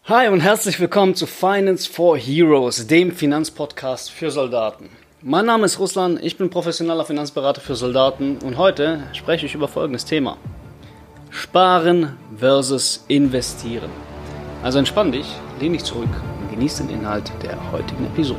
Hi und herzlich willkommen zu Finance for Heroes, dem Finanzpodcast für Soldaten. Mein Name ist Ruslan, ich bin professioneller Finanzberater für Soldaten und heute spreche ich über folgendes Thema: Sparen versus Investieren. Also entspann dich, lehn dich zurück und genieß den Inhalt der heutigen Episode.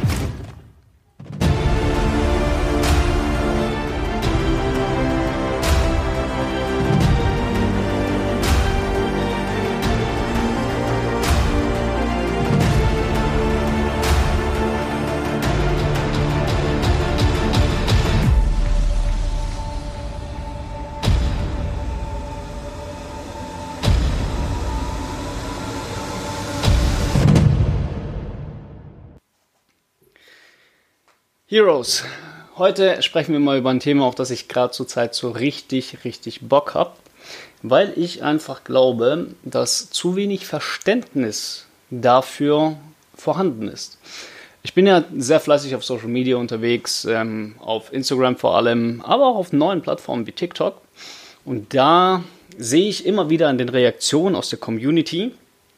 Heroes, heute sprechen wir mal über ein Thema, auf das ich gerade zur Zeit so richtig Bock habe, weil ich einfach glaube, dass zu wenig Verständnis dafür vorhanden ist. Ich bin ja sehr fleißig auf Social Media unterwegs, auf Instagram vor allem, aber auch auf neuen Plattformen wie TikTok. Und da sehe ich immer wieder an den Reaktionen aus der Community,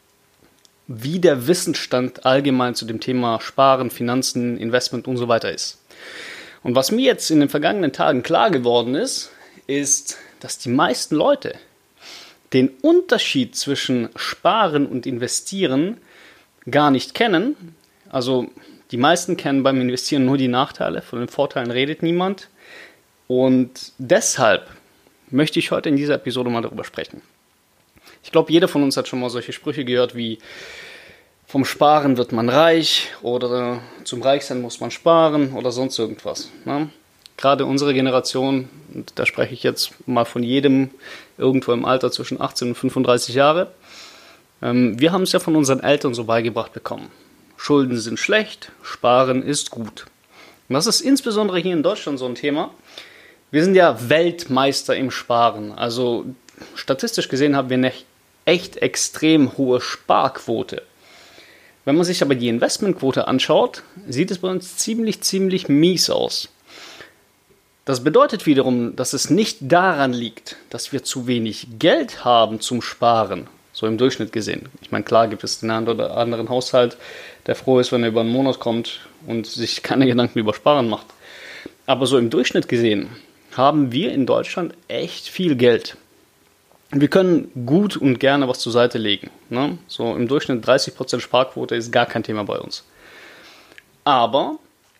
wie der Wissensstand allgemein zu dem Thema Sparen, Finanzen, Investment und so weiter ist. Und was mir jetzt in den vergangenen Tagen klar geworden ist, dass die meisten Leute den Unterschied zwischen Sparen und Investieren gar nicht kennen. Also die meisten kennen beim Investieren nur die Nachteile, von den Vorteilen redet niemand. Und deshalb möchte ich heute in dieser Episode mal darüber sprechen. Ich glaube, jeder von uns hat schon mal solche Sprüche gehört wie: vom Sparen wird man reich oder zum Reichsein muss man sparen oder sonst irgendwas. Ne? Gerade unsere Generation, und da spreche ich jetzt mal von jedem irgendwo im Alter zwischen 18 und 35 Jahre, wir haben es ja von unseren Eltern so beigebracht bekommen. Schulden sind schlecht, Sparen ist gut. Und das ist insbesondere hier in Deutschland so ein Thema. Wir sind ja Weltmeister im Sparen. Also statistisch gesehen haben wir eine echt extrem hohe Sparquote. Wenn man sich aber die Investmentquote anschaut, sieht es bei uns ziemlich mies aus. Das bedeutet wiederum, dass es nicht daran liegt, dass wir zu wenig Geld haben zum Sparen, so im Durchschnitt gesehen. Ich meine, klar gibt es den einen oder anderen Haushalt, der froh ist, wenn er über einen Monat kommt und sich keine Gedanken über Sparen macht. Aber so im Durchschnitt gesehen haben wir in Deutschland echt viel Geld. Wir können gut und gerne was zur Seite legen. Ne? So im Durchschnitt 30% Sparquote ist gar kein Thema bei uns. Aber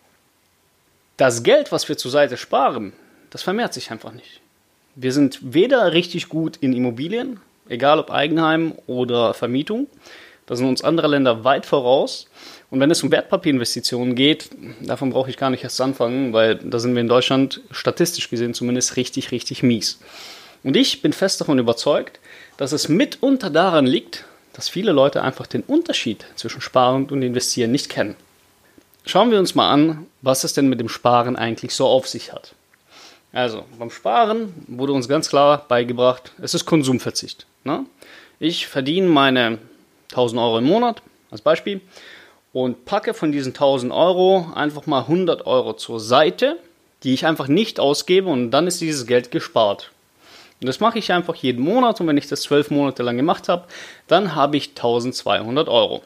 das Geld, was wir zur Seite sparen, das vermehrt sich einfach nicht. Wir sind weder richtig gut in Immobilien, egal ob Eigenheim oder Vermietung. Da sind uns andere Länder weit voraus. Und wenn es um Wertpapierinvestitionen geht, davon brauche ich gar nicht erst anfangen, weil da sind wir in Deutschland statistisch gesehen zumindest richtig mies. Und ich bin fest davon überzeugt, dass es mitunter daran liegt, dass viele Leute einfach den Unterschied zwischen Sparen und Investieren nicht kennen. Schauen wir uns mal an, was es denn mit dem Sparen eigentlich so auf sich hat. Also, beim Sparen wurde uns ganz klar beigebracht, es ist Konsumverzicht. Ne? Ich verdiene meine 1.000 Euro im Monat, als Beispiel, und packe von diesen 1.000 Euro einfach mal 100 Euro zur Seite, die ich einfach nicht ausgebe, und dann ist dieses Geld gespart. Und das mache ich einfach jeden Monat, und wenn ich das 12 Monate lang gemacht habe, dann habe ich 1.200 Euro.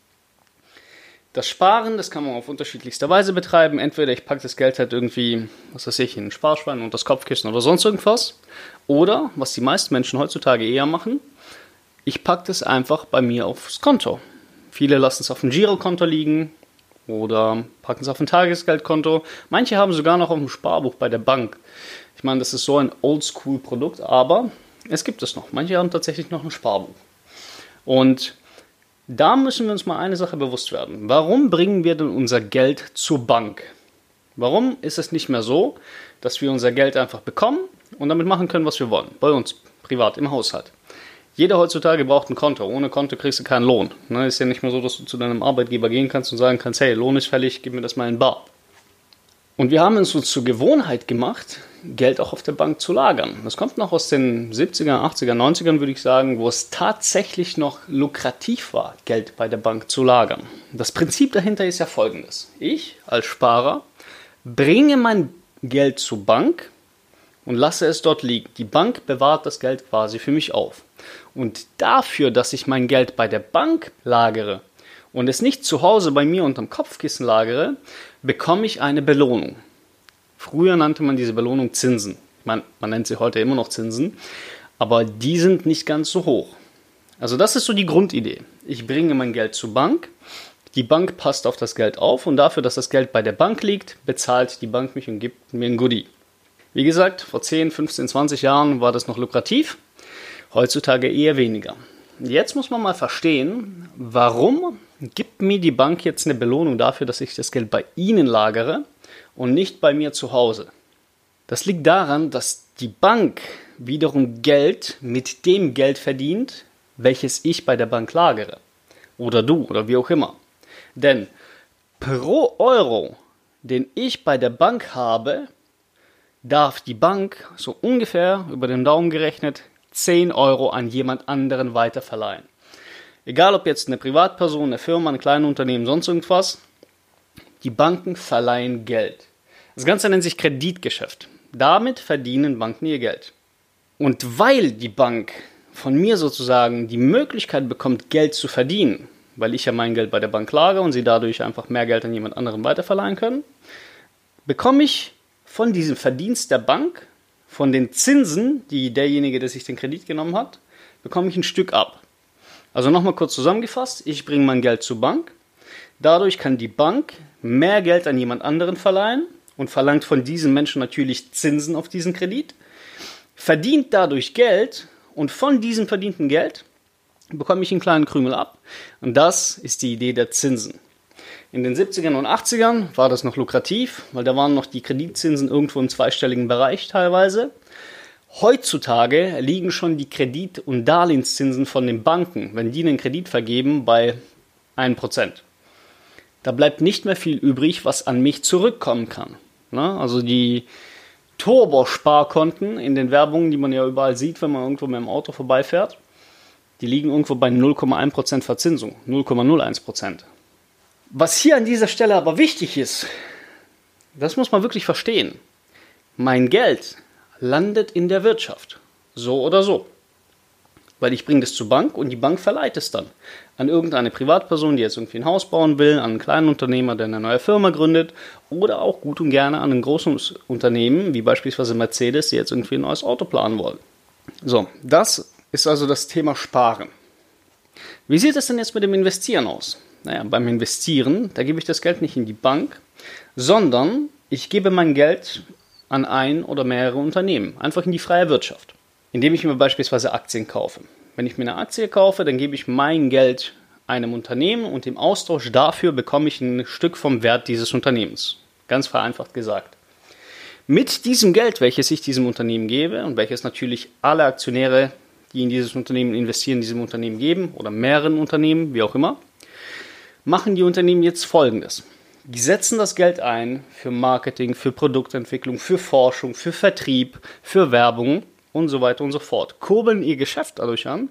Das Sparen, das kann man auf unterschiedlichste Weise betreiben. Entweder ich packe das Geld halt irgendwie, was weiß ich, in ein Sparschwein unter das Kopfkissen oder sonst irgendwas. Oder, was die meisten Menschen heutzutage eher machen, ich packe das einfach bei mir aufs Konto. Viele lassen es auf dem Girokonto liegen oder packen es auf ein Tagesgeldkonto. Manche haben sogar noch auf dem Sparbuch bei der Bank. Ich meine, das ist so ein Oldschool-Produkt, aber es gibt es noch. Manche haben tatsächlich noch ein Sparbuch. Und da müssen wir uns mal eine Sache bewusst werden. Warum bringen wir denn unser Geld zur Bank? Warum ist es nicht mehr so, dass wir unser Geld einfach bekommen und damit machen können, was wir wollen? Bei uns, privat, im Haushalt. Jeder heutzutage braucht ein Konto. Ohne Konto kriegst du keinen Lohn. Ist ja nicht mehr so, dass du zu deinem Arbeitgeber gehen kannst und sagen kannst, hey, Lohn ist fällig, gib mir das mal in bar. Und wir haben es uns zur Gewohnheit gemacht, Geld auch auf der Bank zu lagern. Das kommt noch aus den 70er, 80er, 90ern, würde ich sagen, wo es tatsächlich noch lukrativ war, Geld bei der Bank zu lagern. Das Prinzip dahinter ist ja folgendes. Ich als Sparer bringe mein Geld zur Bank und lasse es dort liegen. Die Bank bewahrt das Geld quasi für mich auf. Und dafür, dass ich mein Geld bei der Bank lagere und es nicht zu Hause bei mir unterm Kopfkissen lagere, bekomme ich eine Belohnung. Früher nannte man diese Belohnung Zinsen. Man nennt sie heute immer noch Zinsen, aber die sind nicht ganz so hoch. Also das ist so die Grundidee. Ich bringe mein Geld zur Bank, die Bank passt auf das Geld auf und dafür, dass das Geld bei der Bank liegt, bezahlt die Bank mich und gibt mir ein Goodie. Wie gesagt, vor 10, 15, 20 Jahren war das noch lukrativ, heutzutage eher weniger. Jetzt muss man mal verstehen, warum gibt mir die Bank jetzt eine Belohnung dafür, dass ich das Geld bei Ihnen lagere und nicht bei mir zu Hause. Das liegt daran, dass die Bank wiederum Geld mit dem Geld verdient, welches ich bei der Bank lagere. Oder du, oder wie auch immer. Denn pro Euro, den ich bei der Bank habe, darf die Bank so ungefähr über den Daumen gerechnet 10 Euro an jemand anderen weiterverleihen. Egal ob jetzt eine Privatperson, eine Firma, ein kleines Unternehmen, sonst irgendwas, die Banken verleihen Geld. Das Ganze nennt sich Kreditgeschäft. Damit verdienen Banken ihr Geld. Und weil die Bank von mir sozusagen die Möglichkeit bekommt, Geld zu verdienen, weil ich ja mein Geld bei der Bank lagere und sie dadurch einfach mehr Geld an jemand anderen weiterverleihen können, bekomme ich von diesem Verdienst der Bank, von den Zinsen, die derjenige, der sich den Kredit genommen hat, bekomme ich ein Stück ab. Also nochmal kurz zusammengefasst, ich bringe mein Geld zur Bank, dadurch kann die Bank mehr Geld an jemand anderen verleihen und verlangt von diesem Menschen natürlich Zinsen auf diesen Kredit, verdient dadurch Geld und von diesem verdienten Geld bekomme ich einen kleinen Krümel ab und das ist die Idee der Zinsen. In den 70ern und 80ern war das noch lukrativ, weil da waren noch die Kreditzinsen irgendwo im zweistelligen Bereich teilweise. Heutzutage liegen schon die Kredit- und Darlehenszinsen von den Banken, wenn die einen Kredit vergeben, bei 1%. Da bleibt nicht mehr viel übrig, was an mich zurückkommen kann. Also die Turbo-Sparkonten in den Werbungen, die man ja überall sieht, wenn man irgendwo mit dem Auto vorbeifährt, die liegen irgendwo bei 0,1% Verzinsung, 0,01%. Was hier an dieser Stelle aber wichtig ist, das muss man wirklich verstehen. Mein Geld landet in der Wirtschaft, so oder so. Weil ich bringe das zur Bank und die Bank verleiht es dann an irgendeine Privatperson, die jetzt irgendwie ein Haus bauen will, an einen kleinen Unternehmer, der eine neue Firma gründet oder auch gut und gerne an ein großes Unternehmen, wie beispielsweise Mercedes, die jetzt irgendwie ein neues Auto planen wollen. So, das ist also das Thema Sparen. Wie sieht es denn jetzt mit dem Investieren aus? Naja, beim Investieren, da gebe ich das Geld nicht in die Bank, sondern ich gebe mein Geld an ein oder mehrere Unternehmen, einfach in die freie Wirtschaft, indem ich mir beispielsweise Aktien kaufe. Wenn ich mir eine Aktie kaufe, dann gebe ich mein Geld einem Unternehmen und im Austausch dafür bekomme ich ein Stück vom Wert dieses Unternehmens. Ganz vereinfacht gesagt. Mit diesem Geld, welches ich diesem Unternehmen gebe und welches natürlich alle Aktionäre, die in dieses Unternehmen investieren, diesem Unternehmen geben oder mehreren Unternehmen, wie auch immer, machen die Unternehmen jetzt Folgendes. Die setzen das Geld ein für Marketing, für Produktentwicklung, für Forschung, für Vertrieb, für Werbung und so weiter und so fort. Kurbeln ihr Geschäft dadurch an,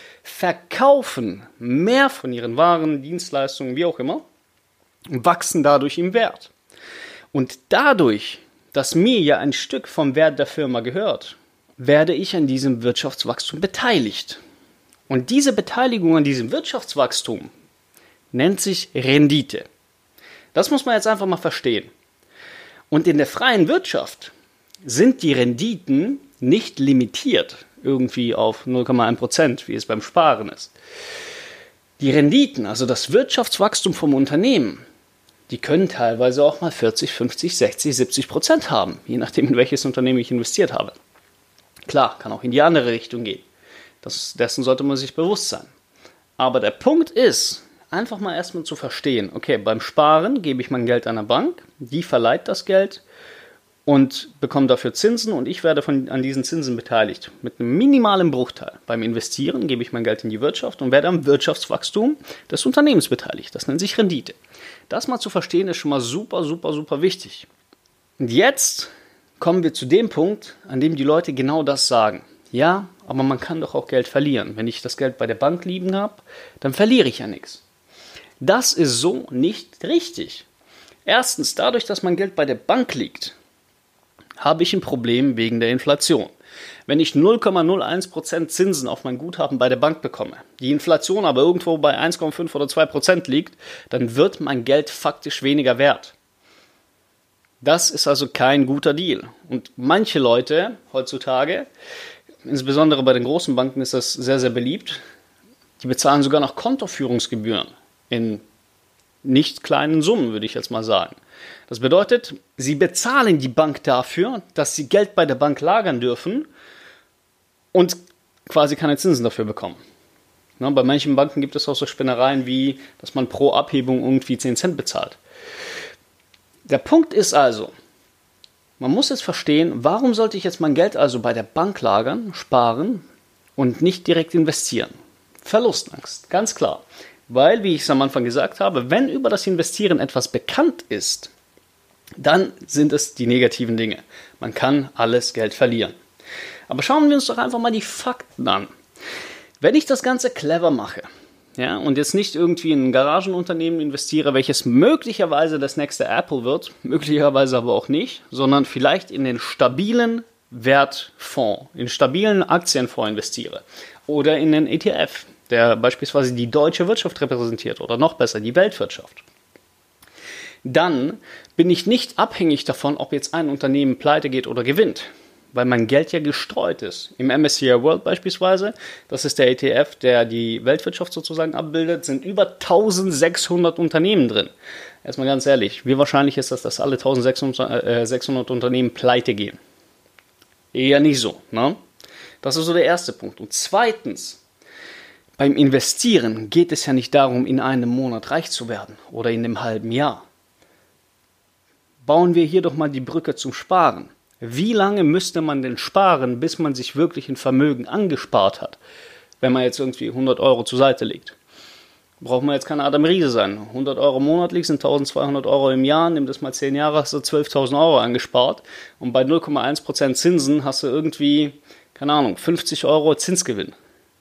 verkaufen mehr von ihren Waren, Dienstleistungen, wie auch immer, und wachsen dadurch im Wert. Und dadurch, dass mir ja ein Stück vom Wert der Firma gehört, werde ich an diesem Wirtschaftswachstum beteiligt. Und diese Beteiligung an diesem Wirtschaftswachstum nennt sich Rendite. Das muss man jetzt einfach mal verstehen. Und in der freien Wirtschaft sind die Renditen nicht limitiert irgendwie auf 0,1%, wie es beim Sparen ist. Die Renditen, also das Wirtschaftswachstum vom Unternehmen, die können teilweise auch mal 40, 50, 60, 70% haben, je nachdem, in welches Unternehmen ich investiert habe. Klar, kann auch in die andere Richtung gehen. Dessen sollte man sich bewusst sein. Aber der Punkt ist, einfach mal erstmal zu verstehen, okay, beim Sparen gebe ich mein Geld einer Bank, die verleiht das Geld und bekomme dafür Zinsen und ich werde an diesen Zinsen beteiligt, mit einem minimalen Bruchteil. Beim Investieren gebe ich mein Geld in die Wirtschaft und werde am Wirtschaftswachstum des Unternehmens beteiligt. Das nennt sich Rendite. Das mal zu verstehen ist schon mal super, super, super wichtig. Und jetzt kommen wir zu dem Punkt, an dem die Leute genau das sagen. Ja, aber man kann doch auch Geld verlieren. Wenn ich das Geld bei der Bank liegen habe, dann verliere ich ja nichts. Das ist so nicht richtig. Erstens, dadurch, dass mein Geld bei der Bank liegt, habe ich ein Problem wegen der Inflation. Wenn ich 0,01% Zinsen auf mein Guthaben bei der Bank bekomme, die Inflation aber irgendwo bei 1,5 oder 2% liegt, dann wird mein Geld faktisch weniger wert. Das ist also kein guter Deal. Und manche Leute heutzutage, insbesondere bei den großen Banken ist das sehr, sehr beliebt, die bezahlen sogar noch Kontoführungsgebühren in nicht kleinen Summen, würde ich jetzt mal sagen. Das bedeutet, sie bezahlen die Bank dafür, dass sie Geld bei der Bank lagern dürfen und quasi keine Zinsen dafür bekommen. Na, bei manchen Banken gibt es auch so Spinnereien wie, dass man pro Abhebung irgendwie 10 Cent bezahlt. Der Punkt ist also, man muss jetzt verstehen, warum sollte ich jetzt mein Geld also bei der Bank lagern, sparen und nicht direkt investieren? Verlustangst, ganz klar. Weil, wie ich es am Anfang gesagt habe, wenn über das Investieren etwas bekannt ist, dann sind es die negativen Dinge. Man kann alles Geld verlieren. Aber schauen wir uns doch einfach mal die Fakten an. Wenn ich das Ganze clever mache, ja, und jetzt nicht irgendwie in ein Garagenunternehmen investiere, welches möglicherweise das nächste Apple wird, möglicherweise aber auch nicht, sondern vielleicht in den stabilen Wertfonds, in den stabilen Aktienfonds investiere oder in den ETF, der beispielsweise die deutsche Wirtschaft repräsentiert oder noch besser die Weltwirtschaft, dann bin ich nicht abhängig davon, ob jetzt ein Unternehmen pleite geht oder gewinnt, weil mein Geld ja gestreut ist. Im MSCI World beispielsweise, das ist der ETF, der die Weltwirtschaft sozusagen abbildet, sind über 1600 Unternehmen drin. Erstmal ganz ehrlich, wie wahrscheinlich ist das, dass alle 1600 Unternehmen pleite gehen? Eher nicht so, ne? Das ist so der erste Punkt. Und zweitens, beim Investieren geht es ja nicht darum, in einem Monat reich zu werden oder in einem halben Jahr. Bauen wir hier doch mal die Brücke zum Sparen. Wie lange müsste man denn sparen, bis man sich wirklich ein Vermögen angespart hat, wenn man jetzt irgendwie 100 Euro zur Seite legt? Braucht man jetzt kein Adam Riese sein. 100 Euro monatlich sind 1200 Euro im Jahr, nimm das mal 10 Jahre, hast du 12.000 Euro angespart und bei 0,1% Zinsen hast du irgendwie, keine Ahnung, 50 Euro Zinsgewinn.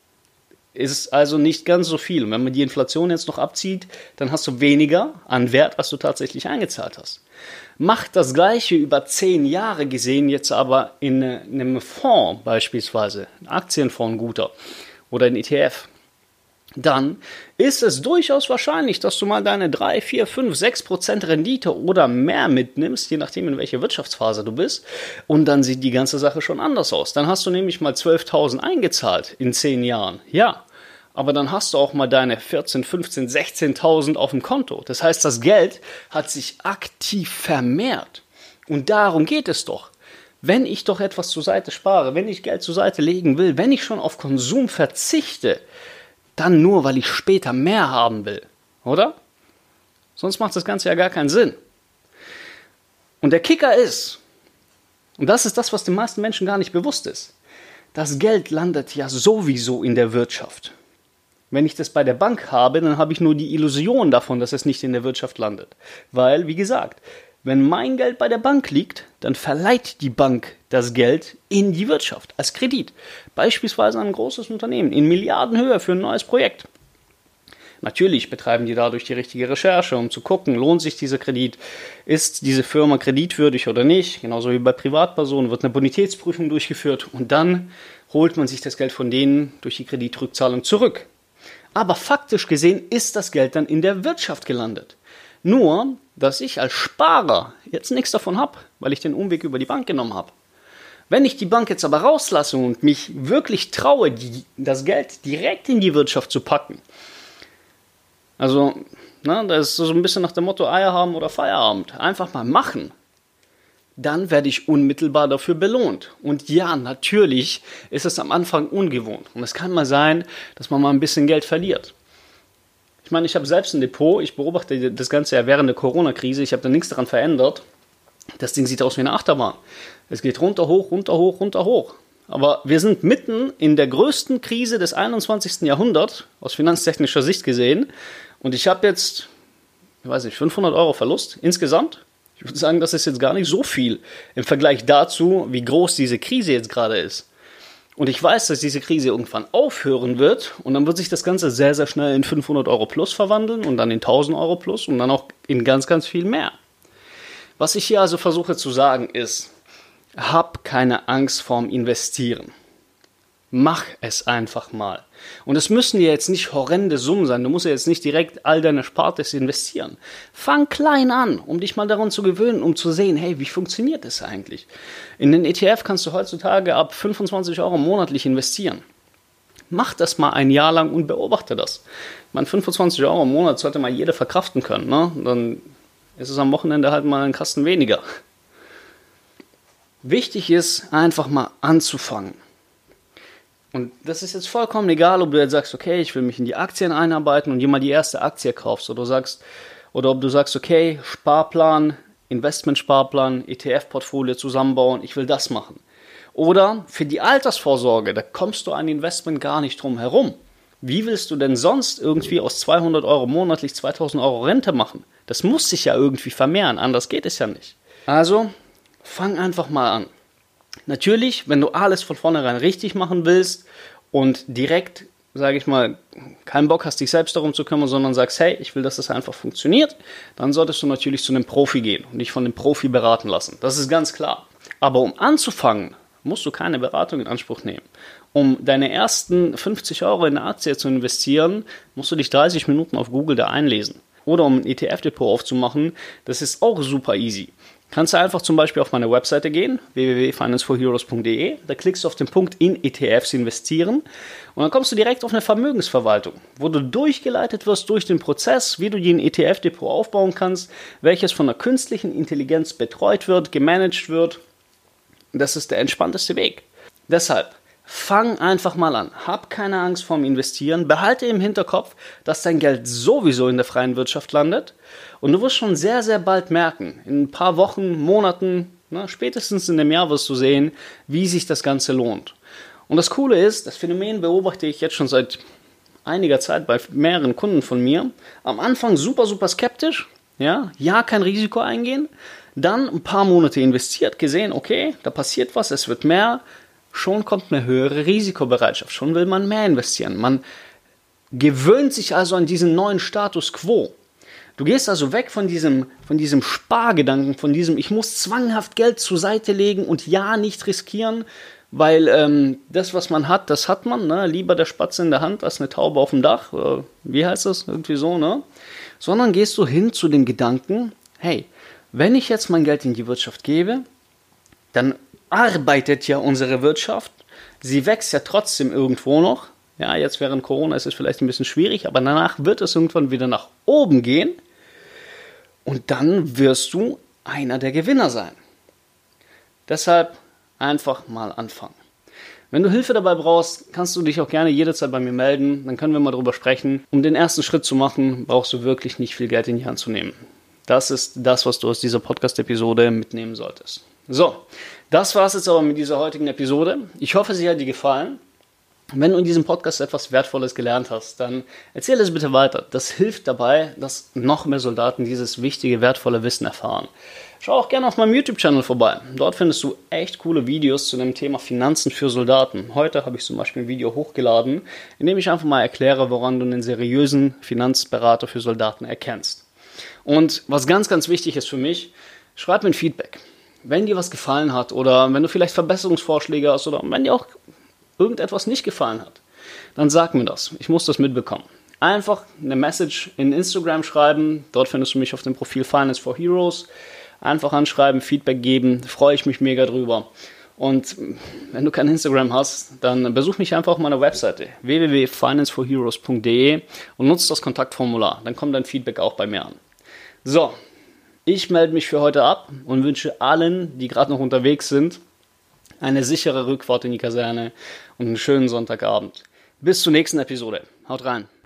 Ist also nicht ganz so viel. Und wenn man die Inflation jetzt noch abzieht, dann hast du weniger an Wert, als du tatsächlich eingezahlt hast. Macht das Gleiche über 10 Jahre gesehen, jetzt aber in einem Fonds beispielsweise, ein Aktienfonds ein guter oder ein ETF, dann ist es durchaus wahrscheinlich, dass du mal deine 3, 4, 5, 6% Rendite oder mehr mitnimmst, je nachdem in welcher Wirtschaftsphase du bist, und dann sieht die ganze Sache schon anders aus. Dann hast du nämlich mal 12.000 eingezahlt in 10 Jahren, ja. Aber dann hast du auch mal deine 14, 15, 16.000 auf dem Konto. Das heißt, das Geld hat sich aktiv vermehrt. Und darum geht es doch. Wenn ich doch etwas zur Seite spare, wenn ich Geld zur Seite legen will, wenn ich schon auf Konsum verzichte, dann nur, weil ich später mehr haben will. Oder? Sonst macht das Ganze ja gar keinen Sinn. Und der Kicker ist, und das ist das, was den meisten Menschen gar nicht bewusst ist, das Geld landet ja sowieso in der Wirtschaft. Wenn ich das bei der Bank habe, dann habe ich nur die Illusion davon, dass es nicht in der Wirtschaft landet. Weil, wie gesagt, wenn mein Geld bei der Bank liegt, dann verleiht die Bank das Geld in die Wirtschaft als Kredit. Beispielsweise an ein großes Unternehmen in Milliardenhöhe für ein neues Projekt. Natürlich betreiben die dadurch die richtige Recherche, um zu gucken, lohnt sich dieser Kredit, ist diese Firma kreditwürdig oder nicht. Genauso wie bei Privatpersonen wird eine Bonitätsprüfung durchgeführt und dann holt man sich das Geld von denen durch die Kreditrückzahlung zurück. Aber faktisch gesehen ist das Geld dann in der Wirtschaft gelandet. Nur, dass ich als Sparer jetzt nichts davon habe, weil ich den Umweg über die Bank genommen habe. Wenn ich die Bank jetzt aber rauslasse und mich wirklich traue, das Geld direkt in die Wirtschaft zu packen, also, das ist so ein bisschen nach dem Motto Eier haben oder Feierabend, einfach mal machen, dann werde ich unmittelbar dafür belohnt. Und ja, natürlich ist es am Anfang ungewohnt. Und es kann mal sein, dass man mal ein bisschen Geld verliert. Ich meine, ich habe selbst ein Depot, ich beobachte das Ganze ja während der Corona-Krise, ich habe da nichts daran verändert. Das Ding sieht aus wie eine Achterbahn. Es geht runter, hoch, runter, hoch, runter, hoch. Aber wir sind mitten in der größten Krise des 21. Jahrhunderts, aus finanztechnischer Sicht gesehen. Und ich habe jetzt, 500 Euro Verlust insgesamt. Ich würde sagen, das ist jetzt gar nicht so viel im Vergleich dazu, wie groß diese Krise jetzt gerade ist. Und ich weiß, dass diese Krise irgendwann aufhören wird und dann wird sich das Ganze sehr, sehr schnell in 500 Euro plus verwandeln und dann in 1000 Euro plus und dann auch in ganz, ganz viel mehr. Was ich hier also versuche zu sagen ist, hab keine Angst vorm Investieren. Mach es einfach mal. Und es müssen ja jetzt nicht horrende Summen sein. Du musst ja jetzt nicht direkt all deine Spartes investieren. Fang klein an, um dich mal daran zu gewöhnen, um zu sehen, hey, wie funktioniert das eigentlich? In den ETF kannst du heutzutage ab 25 Euro monatlich investieren. Mach das mal ein Jahr lang und beobachte das. Ich meine, 25 Euro im Monat sollte mal jeder verkraften können. Ne? Dann ist es am Wochenende halt mal ein Kasten weniger. Wichtig ist, einfach mal anzufangen. Und das ist jetzt vollkommen egal, ob du jetzt sagst, okay, ich will mich in die Aktien einarbeiten und dir mal die erste Aktie kaufst. Oder ob du sagst, okay, Sparplan, Investmentsparplan, ETF-Portfolio zusammenbauen, ich will das machen. Oder für die Altersvorsorge, da kommst du an Investment gar nicht drum herum. Wie willst du denn sonst irgendwie aus 200 Euro monatlich 2000 Euro Rente machen? Das muss sich ja irgendwie vermehren, anders geht es ja nicht. Also, fang einfach mal an. Natürlich, wenn du alles von vornherein richtig machen willst und direkt, sage ich mal, keinen Bock hast, dich selbst darum zu kümmern, sondern sagst, hey, ich will, dass das einfach funktioniert, dann solltest du natürlich zu einem Profi gehen und dich von dem Profi beraten lassen. Das ist ganz klar. Aber um anzufangen, musst du keine Beratung in Anspruch nehmen. Um deine ersten 50 Euro in eine Aktie zu investieren, musst du dich 30 Minuten auf Google da einlesen. Oder um ein ETF-Depot aufzumachen, das ist auch super easy. Kannst du einfach zum Beispiel auf meine Webseite gehen, www.financeforheroes.de, da klickst du auf den Punkt in ETFs investieren und dann kommst du direkt auf eine Vermögensverwaltung, wo du durchgeleitet wirst durch den Prozess, wie du dir ein ETF-Depot aufbauen kannst, welches von der künstlichen Intelligenz betreut wird, gemanagt wird. Das ist der entspannteste Weg. Deshalb, fang einfach mal an. Hab keine Angst vorm Investieren. Behalte im Hinterkopf, dass dein Geld sowieso in der freien Wirtschaft landet. Und du wirst schon sehr, sehr bald merken, in ein paar Wochen, Monaten, spätestens in einem Jahr wirst du sehen, wie sich das Ganze lohnt. Und das Coole ist, das Phänomen beobachte ich jetzt schon seit einiger Zeit bei mehreren Kunden von mir. Am Anfang super, super skeptisch. Ja, kein Risiko eingehen. Dann ein paar Monate investiert, gesehen, okay, da passiert was, es wird mehr. Schon kommt eine höhere Risikobereitschaft, schon will man mehr investieren. Man gewöhnt sich also an diesen neuen Status quo. Du gehst also weg von diesem Spargedanken, von diesem, ich muss zwanghaft Geld zur Seite legen und nicht riskieren, weil das, was man hat, das hat man. Ne? Lieber der Spatz in der Hand als eine Taube auf dem Dach. Wie heißt das? Irgendwie so, ne? Sondern gehst du hin zu dem Gedanken, hey, wenn ich jetzt mein Geld in die Wirtschaft gebe, dann arbeitet ja unsere Wirtschaft, sie wächst ja trotzdem irgendwo noch. Ja, jetzt während Corona ist es vielleicht ein bisschen schwierig, aber danach wird es irgendwann wieder nach oben gehen und dann wirst du einer der Gewinner sein. Deshalb einfach mal anfangen. Wenn du Hilfe dabei brauchst, kannst du dich auch gerne jederzeit bei mir melden, dann können wir mal drüber sprechen. Um den ersten Schritt zu machen, brauchst du wirklich nicht viel Geld in die Hand zu nehmen. Das ist das, was du aus dieser Podcast-Episode mitnehmen solltest. So, das war es jetzt aber mit dieser heutigen Episode. Ich hoffe, sie hat dir gefallen. Wenn du in diesem Podcast etwas Wertvolles gelernt hast, dann erzähle es bitte weiter. Das hilft dabei, dass noch mehr Soldaten dieses wichtige, wertvolle Wissen erfahren. Schau auch gerne auf meinem YouTube-Channel vorbei. Dort findest du echt coole Videos zu dem Thema Finanzen für Soldaten. Heute habe ich zum Beispiel ein Video hochgeladen, in dem ich einfach mal erkläre, woran du einen seriösen Finanzberater für Soldaten erkennst. Und was ganz, ganz wichtig ist für mich, schreib mir ein Feedback. Wenn dir was gefallen hat oder wenn du vielleicht Verbesserungsvorschläge hast oder wenn dir auch irgendetwas nicht gefallen hat, dann sag mir das. Ich muss das mitbekommen. Einfach eine Message in Instagram schreiben. Dort findest du mich auf dem Profil Finance for Heroes. Einfach anschreiben, Feedback geben. Freue ich mich mega drüber. Und wenn du kein Instagram hast, dann besuch mich einfach auf meiner Webseite www.financeforheroes.de und nutze das Kontaktformular. Dann kommt dein Feedback auch bei mir an. So, ich melde mich für heute ab und wünsche allen, die gerade noch unterwegs sind, eine sichere Rückfahrt in die Kaserne und einen schönen Sonntagabend. Bis zur nächsten Episode. Haut rein.